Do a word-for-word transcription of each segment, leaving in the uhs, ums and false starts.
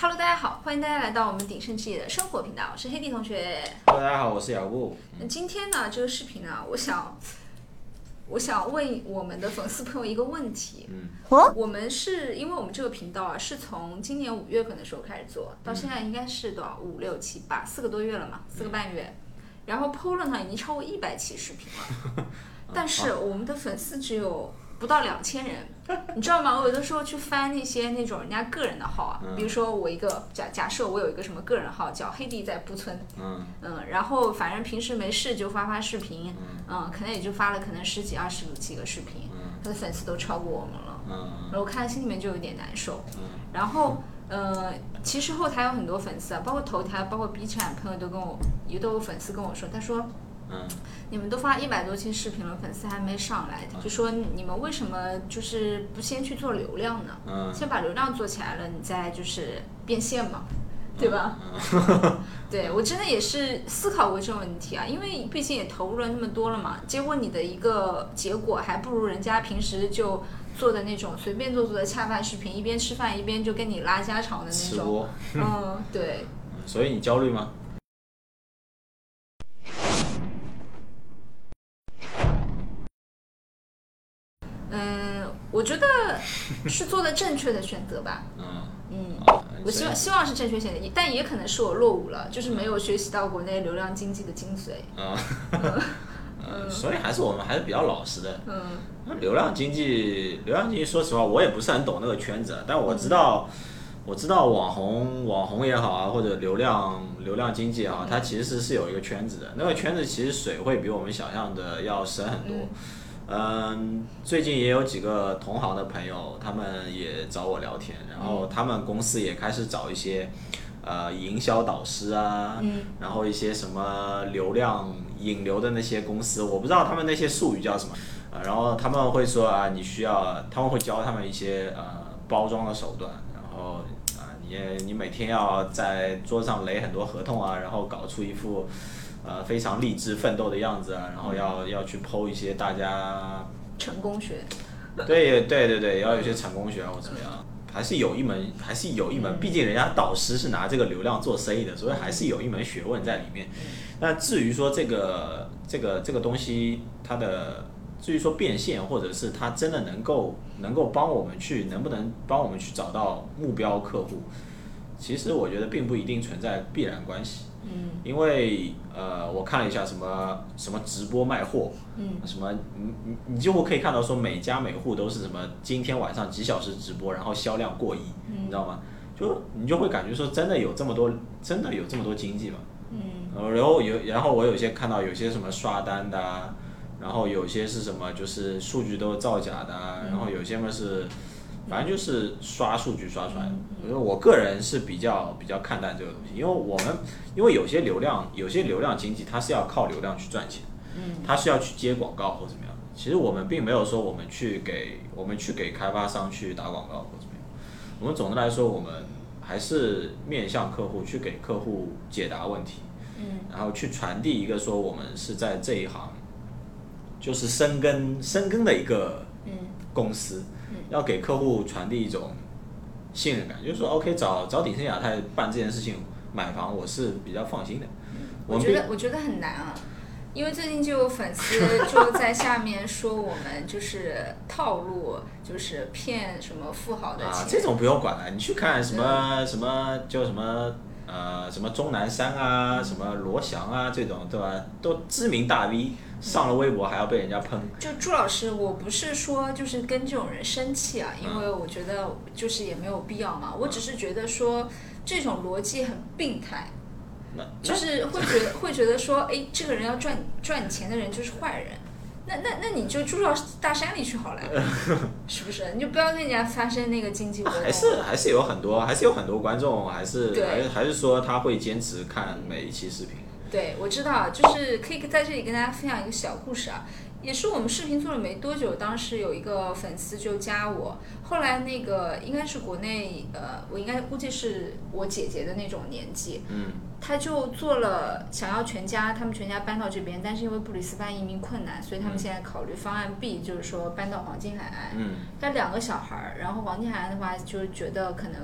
Hello， 大家好，欢迎大家来到我们鼎盛之野的生活频道，我是黑弟同学。 Hello， 大家好，我是姚布。 那今天呢，这个视频呢，我想，我想问我们的粉丝朋友一个问题。 嗯， 我们是因为我们这个频道啊，是从今年五月份的时候开始做，到现在应该是多少？五六七八，四个多月了嘛，四个半月。然后 P O 了呢，已经超过一百期视频了，但是我们的粉丝只有不到两千人。你知道吗？我有的时候去翻那些那种人家个人的号啊， 嗯、 比如说我一个假假设我有一个什么个人号叫黑弟在布村， 嗯嗯，然后反正平时没事就发发视频，嗯，嗯可能也就发了可能十几二十几个视频，嗯，他的粉丝都超过我们了，嗯，然后我看心里面就有点难受，嗯，然后呃，其实后台有很多粉丝啊，包括头条，包括 B 站朋友都跟我也都有粉丝跟我说，他说。 嗯， 你们都发一百多期视频了，粉丝还没上来，就说你们为什么就是不先去做流量呢？ 嗯， 先把流量做起来了，你再就是变现嘛，对吧？ 嗯、 对，我真的也是思考过这种问题啊，因为毕竟也投入了那么多了嘛，结果你的一个结果还不如人家平时就做的那种随便做做的恰饭视频，一边吃饭一边就跟你拉家常的那种。嗯，对。 所以你焦虑吗？ 嗯，我觉得是做的正确的选择吧。 嗯嗯，我希望希望是正确选择，但也可能是我落伍了，就是没有学习到国内流量经济的精髓。 嗯，嗯所以还是我们还是比较老实的。 嗯， 流量经济，流量经济，说实话，我也不是很懂那个圈子，但我知道，嗯、我知道网红，网红也好啊，或者流量流量经济也好，它其实是有一个圈子的，那个圈子其实水会比我们想象的要深很多。嗯嗯，最近也有几个同行的朋友，他们也找我聊天，然后他们公司也开始找一些，呃，营销导师啊，嗯、然后一些什么流量引流的那些公司，我不知道他们那些术语叫什么，呃，然后他们会说啊，你需要，他们会教他们一些呃包装的手段，然后啊，你你每天要在桌上垒很多合同啊，然后搞出一副。呃，非常励志奋斗的样子啊，然后要要去 po 一些大家成功学， 对对对对，要有一些成功学啊或怎么样，还是有一门还是有一门，毕竟人家导师是拿这个流量做生意的，所以还是有一门学问在里面。那至于说这个这个这个东西，它的至于说变现，或者是它真的能够能够帮我们去，能不能帮我们去找到目标客户，其实我觉得并不一定存在必然关系。嗯，因为呃，我看了一下什么什么直播卖货，嗯，什么你你你几乎可以看到说每家每户都是什么今天晚上几小时直播，然后销量过亿，嗯、你知道吗？就你就会感觉说真的有这么多，真的有这么多经济吗？嗯，然后有然后我有些看到有些什么刷单的、啊，然后有些是什么就是数据都造假的、啊，然后有些嘛是。反正就是刷数据刷出来的，嗯、我个人是比较比较看淡这个东西，因为我们因为有些流量有些流量经济它是要靠流量去赚钱，嗯，它是要去接广告或怎么样。其实我们并没有说我们去给我们去给开发商去打广告或怎么样，我们总的来说我们还是面向客户去给客户解答问题，嗯，然后去传递一个说我们是在这一行就是深耕深耕的一个公司。要给客户传递一种信任感，就是说 OK 找找鼎盛亚太办这件事情买房，我是比较放心的。 我觉得我觉得很难啊，因为最近就有粉丝就在下面说我们就是套路，就是骗什么富豪的钱。 啊，这种不用管了，你去看什么、嗯、什么叫什么呃什么钟南山啊，什么罗翔啊这种，对吧？都知名大 V。上了微博还要被人家喷， 就朱老师，我不是说就是跟这种人生气啊，因为我觉得就是也没有必要嘛，我只是觉得说这种逻辑很病态，就是会觉得会觉得说，哎，这个人要赚赚钱的人就是坏人，那那那你就住到大山里去好了，是不是？你就不要跟人家发生那个经济活动。 还是还是有很多还是有很多观众还是还是还是说他会坚持看每一期视频。 对，我知道，就是可以在这里跟大家分享一个小故事啊，也是我们视频做了没多久，当时有一个粉丝就加我，后来那个应该是国内，呃，我应该估计是我姐姐的那种年纪，嗯，他就做了想要全家，他们全家搬到这边，但是因为布里斯班移民困难，所以他们现在考虑方案 B， 就是说搬到黄金海岸，嗯，但两个小孩，然后黄金海岸的话，就觉得可能。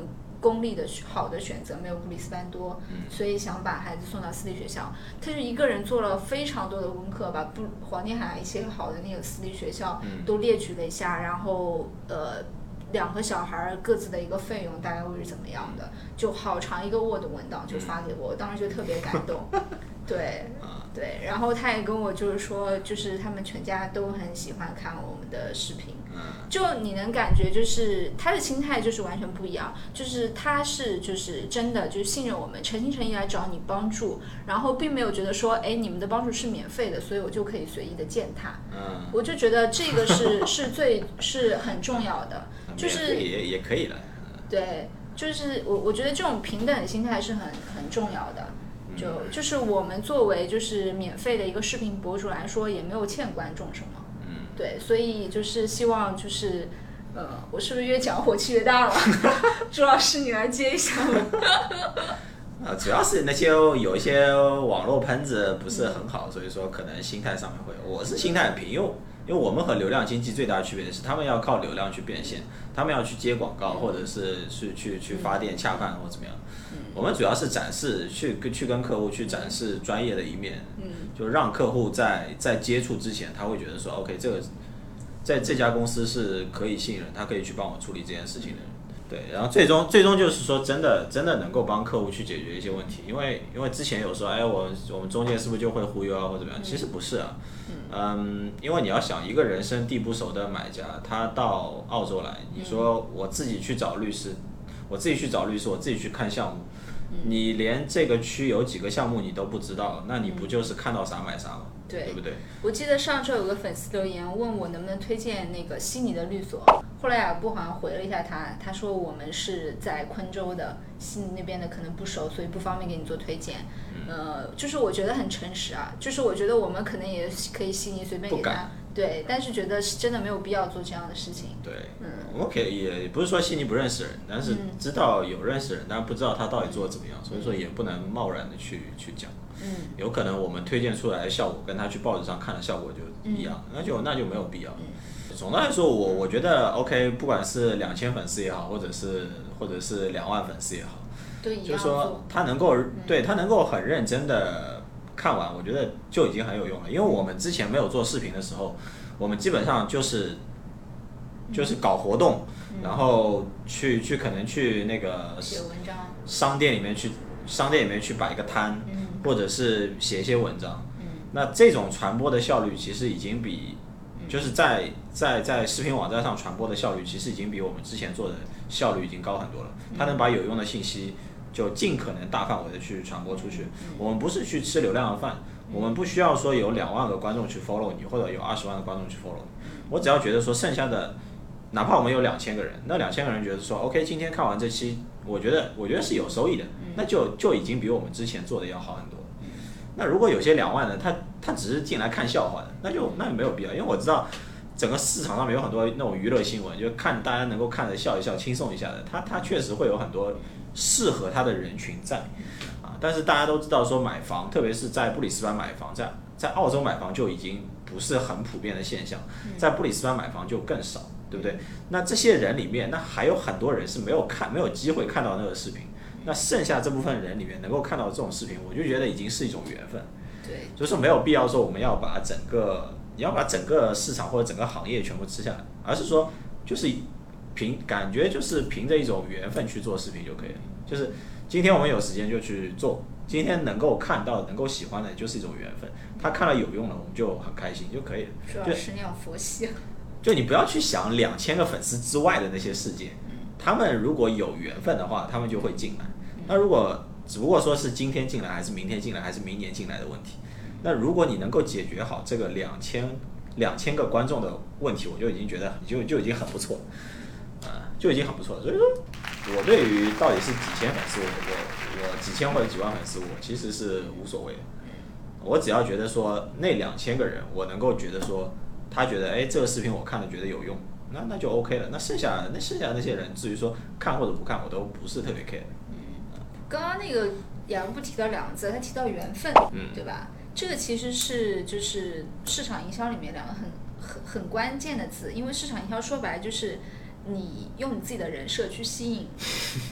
公立的好的选择没有布里斯班多，所以想把孩子送到私立学校。他就一个人做了非常多的功课，把布黄金海岸一些好的那个私立学校都列举了一下，然后呃。两个小孩各自的一个费用大概会是怎么样的，就好长一个 Word 文档就发给我，我当时就特别感动。对对，然后他也跟我就是说，就是他们全家都很喜欢看我们的视频，就你能感觉就是他的心态就是完全不一样，就是他是就是真的就是信任我们，诚心诚意来找你帮助，然后并没有觉得说，哎，你们的帮助是免费的，所以我就可以随意的践踏。嗯，我就觉得这个是是最是很重要的，就是也也可以了。 对，就是我我觉得这种平等的心态是很很重要的。就就是我们作为就是免费的一个视频博主来说，也没有欠观众什么。嗯，对，所以就是希望就是，呃，我是不是越讲火气越大了？朱老师，你来接一下吧。 啊，主要是那些有一些网络喷子不是很好，所以说可能心态上面会，我是心态很平，因为因为我们和流量经济最大的区别是，他们要靠流量去变现，他们要去接广告，或者是去去去发电恰饭或怎么样。我们主要是展示，去去跟客户去展示专业的一面，就让客户在在接触之前，他会觉得说 ，OK， 这个在这家公司是可以信任，他可以去帮我处理这件事情的。对，然后最终最终就是说，真的真的能够帮客户去解决一些问题，因为因为之前有说，哎，我我们中介是不是就会忽悠啊，或怎么样？其实不是啊，嗯，因为你要想一个人生地不熟的买家，他到澳洲来，你说我自己去找律师，我自己去找律师，我自己去看项目。你连这个区有几个项目你都不知道，那你不就是看到啥买啥吗？对，对不对？ 我记得上周有个粉丝留言问我能不能推荐那个悉尼的律所，后来雅布好像回了一下他，他说我们是在昆州的，悉尼那边的可能不熟，所以不方便给你做推荐。嗯、呃，就是我觉得很诚实啊，就是我觉得我们可能也可以悉尼随便给他。对，但是觉得是真的没有必要做这样的事情。 对，嗯，我们可以也不是说悉尼不认识人，但是知道有认识人，但不知道他到底做的怎么样，所以说也不能贸然的去去讲。嗯，有可能我们推荐出来的效果跟他去报纸上看的效果就一样，那就那就没有必要。总的来说，我我觉得 OK， 不管是两千粉丝也好，或者是或者是两万粉丝也好，就是说他能够对他能够很认真的。看完我觉得就已经很有用了，因为我们之前没有做视频的时候，我们基本上就是就是搞活动，然后去去可能去那个商店里面去商店里面去摆一个摊，或者是写一些文章。那这种传播的效率其实已经比就是在在在视频网站上传播的效率，其实已经比我们之前做的效率已经高很多了。它能把有用的信息。就尽可能大范围的去传播出去。我们不是去吃流量的饭，我们不需要说有两万个观众去 follow 你，或者有二十万的观众去 follow 你。我只要觉得说剩下的，哪怕我们有两千个人，那两千个人觉得说 OK， 今天看完这期，我觉得我觉得是有收益的，那就就已经比我们之前做的要好很多。那如果有些两万的，他他只是进来看笑话的，那就那也没有必要，因为我知道整个市场上面有很多那种娱乐新闻，就看大家能够看着笑一笑、轻松一下的，他他确实会有很多。适合他的人群在，啊，但是大家都知道说买房，特别是在布里斯班买房，在在澳洲买房就已经不是很普遍的现象，在布里斯班买房就更少，对不对？那这些人里面，那还有很多人是没有看、没有机会看到那个视频，那剩下这部分人里面能够看到这种视频，我就觉得已经是一种缘分， 对， 就是没有必要说我们要把整个你要把整个市场或者整个行业全部吃下来，而是说就是凭感觉就是凭着一种缘分去做视频就可以了。就是今天我们有时间就去做，今天能够看到能够喜欢的就是一种缘分，他看了有用了我们就很开心就可以了。 主要是那样佛系。 就你不要去想两千个粉丝之外的那些世界，他们如果有缘分的话他们就会进来，那如果只不过说是今天进来还是明天进来还是明年进来的问题，那如果你能够解决好这个两千两千个观众的问题，我就已经觉得就就已经很不错了。啊，就已经很不错了。所以说，我对于到底是几千粉丝，我我我几千或者几万粉丝，我其实是无所谓的。我只要觉得说那两千个人，我能够觉得说，他觉得哎这个视频我看了觉得有用，那那就 OK 了。那剩下那剩下那些人，至于说看或者不看，我都不是特别 care。 嗯，刚刚那个雅不提到两个字，他提到缘分，嗯，对吧？这个其实是就是市场营销里面两个很很很关键的字，因为市场营销说白了就是。你用你自己的人设去吸引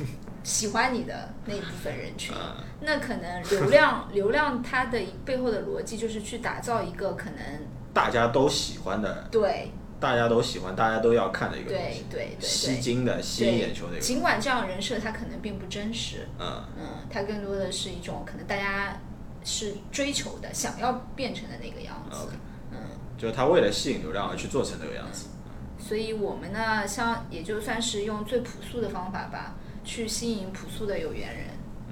喜欢你的那一部分人群。嗯、那可能流量流量它的背后的逻辑就是去打造一个可能大家都喜欢的， 对， 大家都喜欢，大家都要看的一个东西， 对对对对， 吸睛的、吸引眼球的一个。 尽管这样人设它可能并不真实， 嗯嗯，它更多的是一种可能大家是追求的、想要变成的那个样子。 Okay. 嗯， 就是他为了吸引流量而去做成这个样子。 嗯、所以我们呢，像也就算是用最朴素的方法吧，去吸引朴素的有缘人。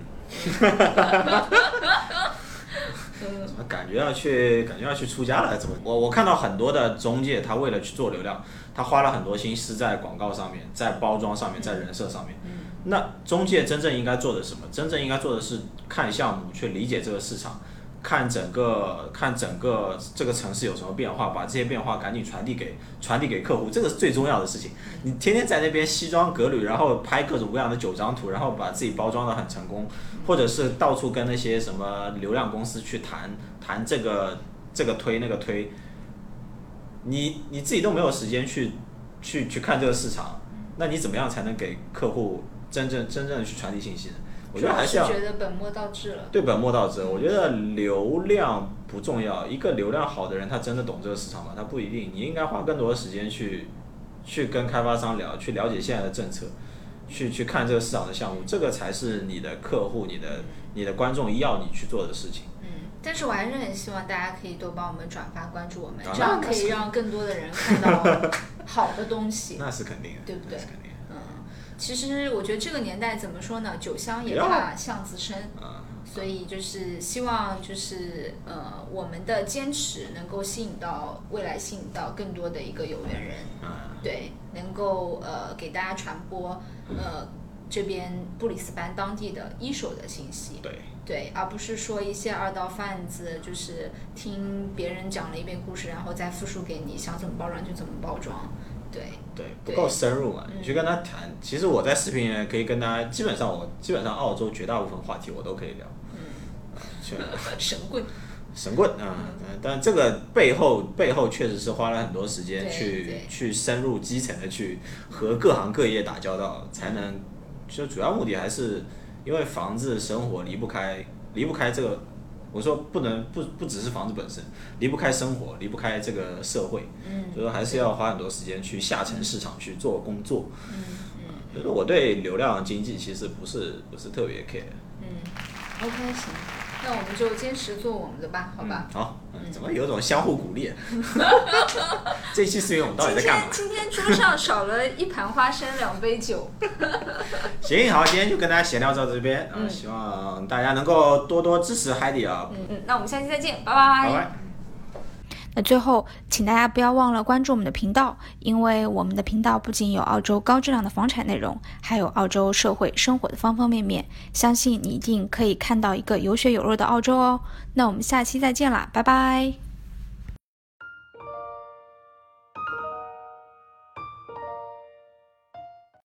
嗯，怎么感觉要去感觉要去出家了？怎么？我我看到很多的中介，他为了去做流量，他花了很多心思在广告上面，在包装上面，在人设上面。 嗯、 那中介真正应该做的是什么？真正应该做的是看项目，去理解这个市场，看整个看整个这个城市有什么变化，把这些变化赶紧传递给传递给客户，这个是最重要的事情。你天天在那边西装革履，然后拍各种各样的九张图，然后把自己包装得很成功，或者是到处跟那些什么流量公司去谈谈这个这个推那个推，你你自己都没有时间去去去看这个市场，那你怎么样才能给客户真正真正的去传递信息呢？我觉得还是要觉得本末倒置了。 对，本末倒置。我觉得流量不重要，一个流量好的人，他真的懂这个市场吗？他不一定。你应该花更多的时间去去跟开发商聊，去了解现在的政策，去去看这个市场的项目，这个才是你的客户、你的你的观众要你去做的事情。 嗯，但是我还是很希望大家可以多帮我们转发、关注我们，这样可以让更多的人看到好的东西。 那是肯定的， 对不对？ 那是肯定的。 其实我觉得这个年代怎么说呢，酒香也怕巷子深，所以就是希望就是呃我们的坚持能够吸引到未来吸引到更多的一个有缘人，对，能够呃给大家传播呃这边布里斯班当地的一手的信息， 对对，而不是说一些二道贩子就是听别人讲了一遍故事，然后再复述给你，想怎么包装就怎么包装。对对，不够深入嘛，你去跟他谈。其实我在视频里可以跟他，基本上我基本上澳洲绝大部分话题我都可以聊。 嗯， 呃、 神棍。 神棍啊、嗯！但这个背后背后确实是花了很多时间去去深入基层的去和各行各业打交道，才能就主要目的还是因为房子生活离不开离不开这个。我说不能不不只是房子本身，离不开生活，离不开这个社会， 嗯， 所以说还是要花很多时间去下沉市场去做工作。 嗯嗯， 所以说我对流量经济其实不是不是特别 care。 嗯 ，OK 行，那我们就坚持做我们的吧，好吧？ 嗯、好、嗯，怎么有种相互鼓励、啊？这期视频我们到底在干嘛？ 今天今天桌上少了一盘花生，两杯酒。 行，好，今天就跟大家闲聊到这边啊、嗯，希望大家能够多多支持海底啊。 嗯嗯，那我们下期再见，拜拜。 拜拜。 那最后，请大家不要忘了关注我们的频道，因为我们的频道不仅有澳洲高质量的房产内容，还有澳洲社会生活的方方面面，相信你一定可以看到一个有血有肉的澳洲哦。那我们下期再见啦，拜拜。